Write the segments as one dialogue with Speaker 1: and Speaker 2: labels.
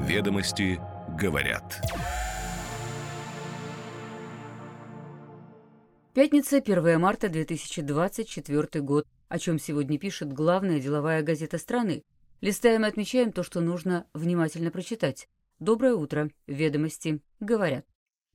Speaker 1: Ведомости говорят.
Speaker 2: Пятница, 1 марта 2024 год. О чем сегодня пишет главная деловая газета страны. Листаем и отмечаем то, что нужно внимательно прочитать. Доброе утро. Ведомости говорят.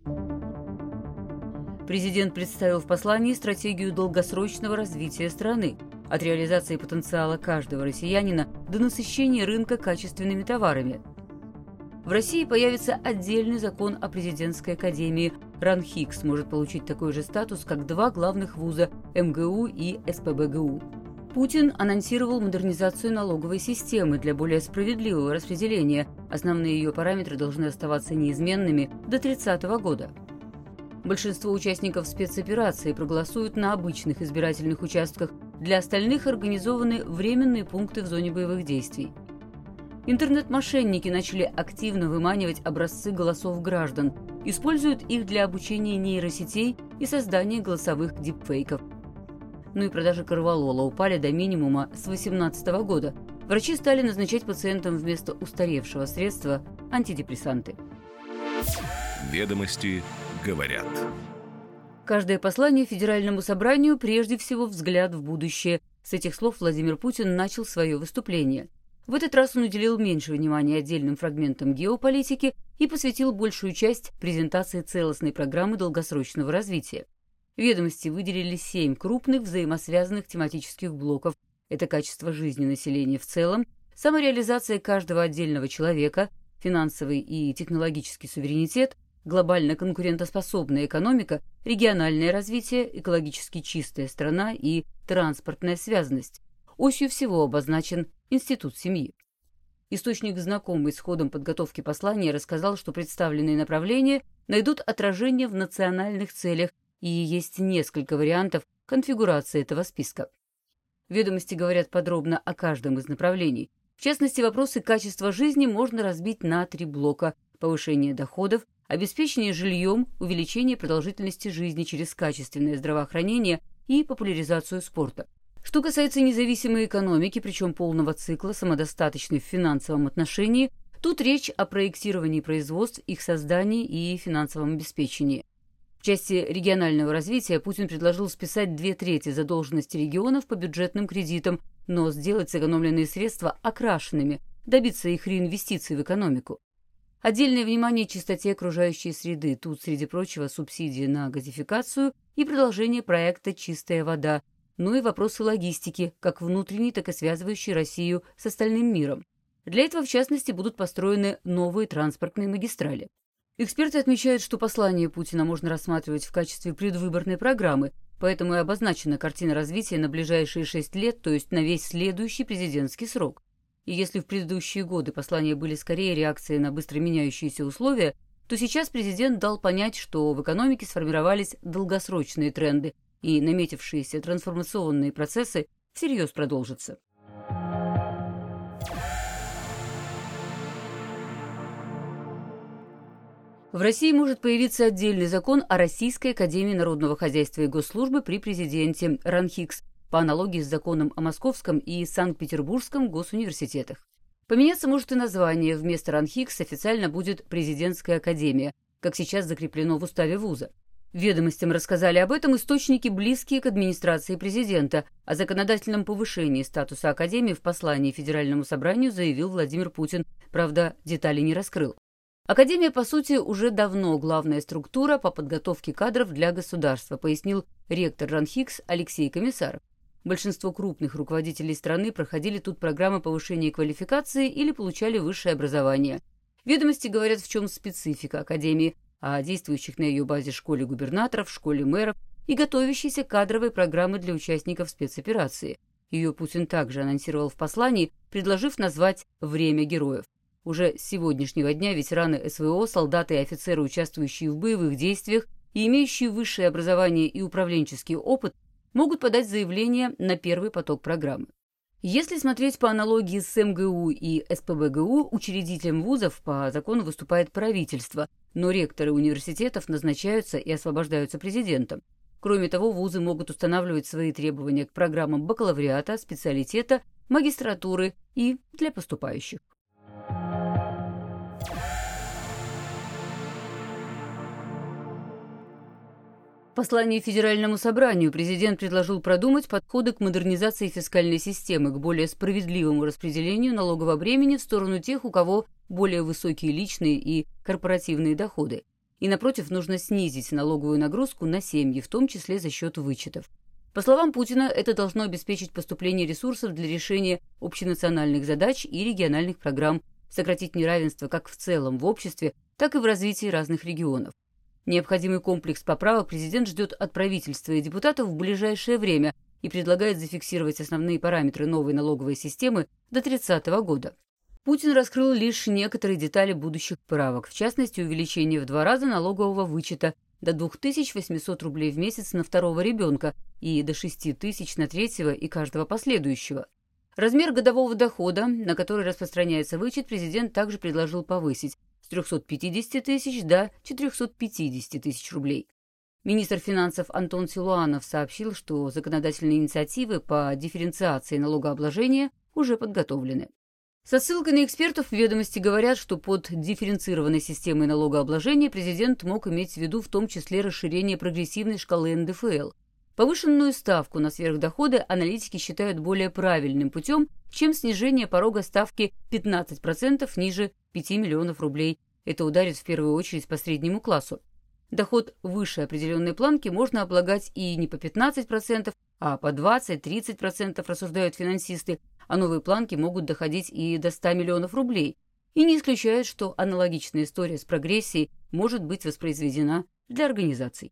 Speaker 2: Президент представил в послании стратегию долгосрочного развития страны. От реализации потенциала каждого россиянина до насыщения рынка качественными товарами. В России появится отдельный закон о президентской академии. РАНХИК сможет получить такой же статус, как два главных вуза – МГУ и СПбГУ. Путин анонсировал модернизацию налоговой системы для более справедливого распределения. Основные ее параметры должны оставаться неизменными до 2030 года. Большинство участников спецоперации проголосуют на обычных избирательных участках. Для остальных организованы временные пункты в зоне боевых действий. Интернет-мошенники начали активно выманивать образцы голосов граждан, используют их для обучения нейросетей и создания голосовых дипфейков. Ну и продажи корвалола упали до минимума с 2018 года. Врачи стали назначать пациентам вместо устаревшего средства антидепрессанты.
Speaker 1: Ведомости говорят.
Speaker 2: Каждое послание Федеральному собранию прежде всего взгляд в будущее. С этих слов Владимир Путин начал свое выступление. В этот раз он уделил меньше внимания отдельным фрагментам геополитики и посвятил большую часть презентации целостной программы долгосрочного развития. Ведомости выделили 7 крупных взаимосвязанных тематических блоков. Это качество жизни населения в целом, самореализация каждого отдельного человека, финансовый и технологический суверенитет, глобально конкурентоспособная экономика, региональное развитие, экологически чистая страна и транспортная связанность. Осью всего обозначен Институт семьи. Источник, знакомый с ходом подготовки послания, рассказал, что представленные направления найдут отражение в национальных целях, и есть несколько вариантов конфигурации этого списка. Ведомости говорят подробно о каждом из направлений. В частности, вопросы качества жизни можно разбить на 3 блока: повышение доходов, обеспечение жильем, увеличение продолжительности жизни через качественное здравоохранение и популяризацию спорта. Что касается независимой экономики, причем полного цикла, самодостаточной в финансовом отношении, тут речь о проектировании производств, их создании и финансовом обеспечении. В части регионального развития Путин предложил списать 2/3 задолженности регионов по бюджетным кредитам, но сделать сэкономленные средства окрашенными, добиться их реинвестиций в экономику. Отдельное внимание чистоте окружающей среды. Тут, среди прочего, субсидии на газификацию и продолжение проекта «Чистая вода», ну и вопросы логистики, как внутренней, так и связывающей Россию с остальным миром. Для этого, в частности, будут построены новые транспортные магистрали. Эксперты отмечают, что послание Путина можно рассматривать в качестве предвыборной программы, поэтому и обозначена картина развития на ближайшие 6 лет, то есть на весь следующий президентский срок. И если в предыдущие годы послания были скорее реакцией на быстро меняющиеся условия, то сейчас президент дал понять, что в экономике сформировались долгосрочные тренды, и наметившиеся трансформационные процессы всерьез продолжатся. В России может появиться отдельный закон о Российской академии народного хозяйства и госслужбы при президенте РАНХИКС, по аналогии с законом о Московском и Санкт-Петербургском госуниверситетах. Поменяться может и название. Вместо РАНХИКС официально будет Президентская академия, как сейчас закреплено в уставе вуза. Ведомостям рассказали об этом источники, близкие к администрации президента. О законодательном повышении статуса Академии в послании Федеральному собранию заявил Владимир Путин, правда, деталей не раскрыл. Академия, по сути, уже давно главная структура по подготовке кадров для государства, пояснил ректор РАНХИКС Алексей Комиссаров. Большинство крупных руководителей страны проходили тут программы повышения квалификации или получали высшее образование. Ведомости говорят, в чем специфика Академии, о действующих на ее базе школе губернаторов, школе мэров и готовящейся кадровой программы для участников спецоперации. Ее Путин также анонсировал в послании, предложив назвать «Время героев». Уже с сегодняшнего дня ветераны СВО, солдаты и офицеры, участвующие в боевых действиях и имеющие высшее образование и управленческий опыт, могут подать заявление на первый поток программы. Если смотреть по аналогии с МГУ и СПбГУ, учредителем вузов по закону выступает правительство, но ректоры университетов назначаются и освобождаются президентом. Кроме того, вузы могут устанавливать свои требования к программам бакалавриата, специалитета, магистратуры и для поступающих. послании Федеральному собранию президент предложил продумать подходы к модернизации фискальной системы, к более справедливому распределению налогового бремени в сторону тех, у кого более высокие личные и корпоративные доходы. И, напротив, нужно снизить налоговую нагрузку на семьи, в том числе за счет вычетов. По словам Путина, это должно обеспечить поступление ресурсов для решения общенациональных задач и региональных программ, сократить неравенство как в целом в обществе, так и в развитии разных регионов. Необходимый комплекс поправок президент ждет от правительства и депутатов в ближайшее время и предлагает зафиксировать основные параметры новой налоговой системы до 30 года. Путин раскрыл лишь некоторые детали будущих правок, в частности, увеличение в 2 раза налогового вычета до 2800 рублей в месяц на второго ребенка и до 6000 на третьего и каждого последующего. Размер годового дохода, на который распространяется вычет, президент также предложил повысить с 350 тысяч до 450 тысяч рублей. Министр финансов Антон Силуанов сообщил, что законодательные инициативы по дифференциации налогообложения уже подготовлены. Со ссылкой на экспертов в «Ведомости» говорят, что под дифференцированной системой налогообложения президент мог иметь в виду в том числе расширение прогрессивной шкалы НДФЛ. Повышенную ставку на сверхдоходы аналитики считают более правильным путем, чем снижение порога ставки 15% ниже 5 миллионов рублей. Это ударит в первую очередь по среднему классу. Доход выше определенной планки можно облагать и не по 15%, а по 20-30%, рассуждают финансисты, а новые планки могут доходить и до 100 миллионов рублей. И не исключают, что аналогичная история с прогрессией может быть воспроизведена для организаций.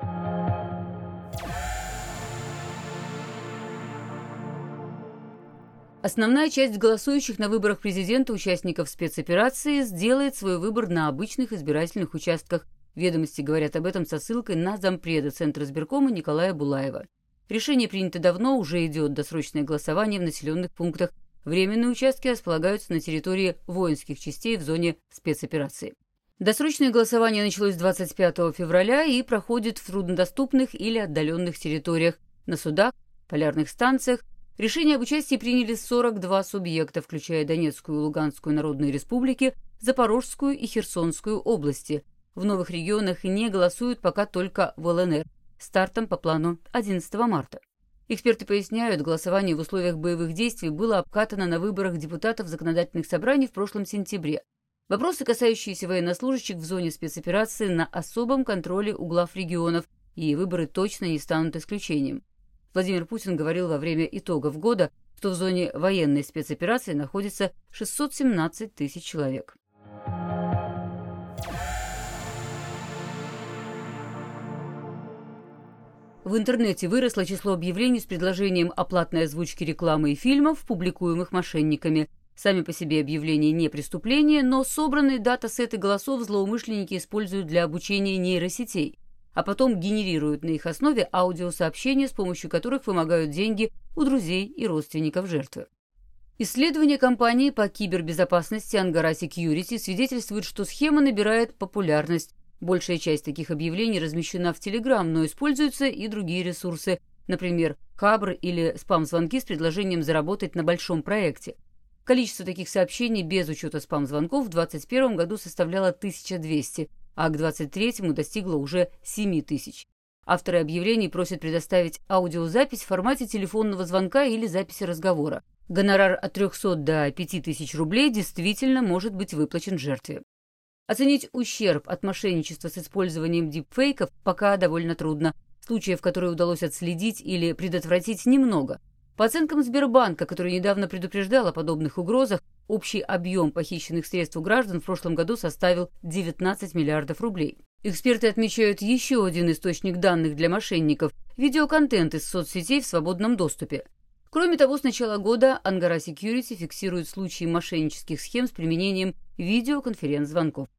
Speaker 2: Основная часть голосующих на выборах президента участников спецоперации сделает свой выбор на обычных избирательных участках. «Ведомости» говорят об этом со ссылкой на зампреда Центра избиркома Николая Булаева. Решение принято давно, уже идет досрочное голосование в населенных пунктах. Временные участки располагаются на территории воинских частей в зоне спецоперации. Досрочное голосование началось 25 февраля и проходит в труднодоступных или отдаленных территориях, на судах, полярных станциях. Решение об участии приняли 42 субъекта, включая Донецкую и Луганскую народные республики, Запорожскую и Херсонскую области. В новых регионах не голосуют пока только в ЛНР. Стартом по плану 11 марта. Эксперты поясняют, голосование в условиях боевых действий было обкатано на выборах депутатов законодательных собраний в прошлом сентябре. Вопросы, касающиеся военнослужащих в зоне спецоперации, на особом контроле у глав регионов, и выборы точно не станут исключением. Владимир Путин говорил во время итогов года, что в зоне военной спецоперации находится 617 тысяч человек. В интернете выросло число объявлений с предложением оплатной озвучки рекламы и фильмов, публикуемых мошенниками. Сами по себе объявления не преступление, но собранные датасеты голосов злоумышленники используют для обучения нейросетей, а потом генерируют на их основе аудиосообщения, с помощью которых вымогают деньги у друзей и родственников жертвы. Исследование компании по кибербезопасности Angara Security свидетельствует, что схема набирает популярность. Большая часть таких объявлений размещена в Telegram, но используются и другие ресурсы, например, Хабр или спам-звонки с предложением заработать на большом проекте. Количество таких сообщений без учета спам-звонков в 2021 году составляло 1200, а к 2023 достигло уже 7000. Авторы объявлений просят предоставить аудиозапись в формате телефонного звонка или записи разговора. Гонорар от 300 до 5000 рублей действительно может быть выплачен жертве. Оценить ущерб от мошенничества с использованием дипфейков пока довольно трудно. Случаев, которые удалось отследить или предотвратить, немного. По оценкам Сбербанка, который недавно предупреждал о подобных угрозах, общий объем похищенных средств у граждан в прошлом году составил 19 миллиардов рублей. Эксперты отмечают еще один источник данных для мошенников – видеоконтент из соцсетей в свободном доступе. Кроме того, с начала года Angara Security фиксирует случаи мошеннических схем с применением видеоконференц-звонков.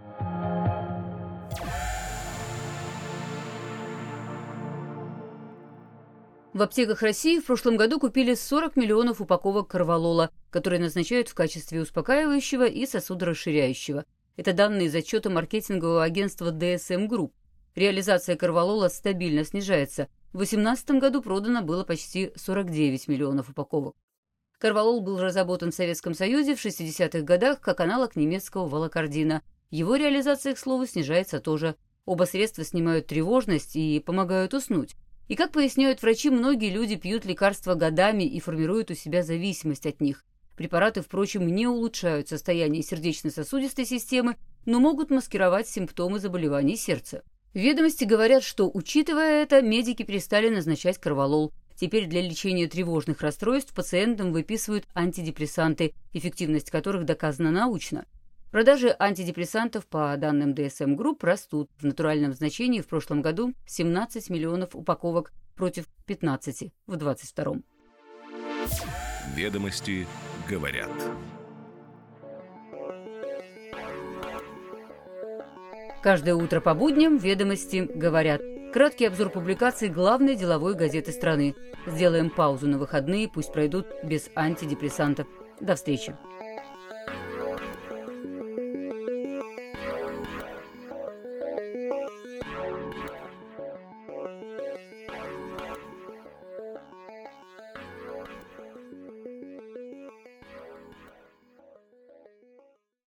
Speaker 2: В аптеках России в прошлом году купили 40 миллионов упаковок корвалола, которые назначают в качестве успокаивающего и сосудорасширяющего. Это данные из отчета маркетингового агентства DSM Group. Реализация корвалола стабильно снижается. В 2018 году продано было почти 49 миллионов упаковок. Корвалол был разработан в Советском Союзе в 60-х годах как аналог немецкого волокордина. Его реализация, к слову, снижается тоже. Оба средства снимают тревожность и помогают уснуть. И, как поясняют врачи, многие люди пьют лекарства годами и формируют у себя зависимость от них. Препараты, впрочем, не улучшают состояние сердечно-сосудистой системы, но могут маскировать симптомы заболеваний сердца. В «Ведомости» говорят, что, учитывая это, медики перестали назначать корвалол. Теперь для лечения тревожных расстройств пациентам выписывают антидепрессанты, эффективность которых доказана научно. Продажи антидепрессантов, по данным DSM Group, растут. В натуральном значении в прошлом году 17 миллионов упаковок против 15 в 2022.
Speaker 1: «Ведомости говорят».
Speaker 2: Каждое утро по будням «Ведомости говорят». Краткий обзор публикаций главной деловой газеты страны. Сделаем паузу на выходные, пусть пройдут без антидепрессантов. До встречи.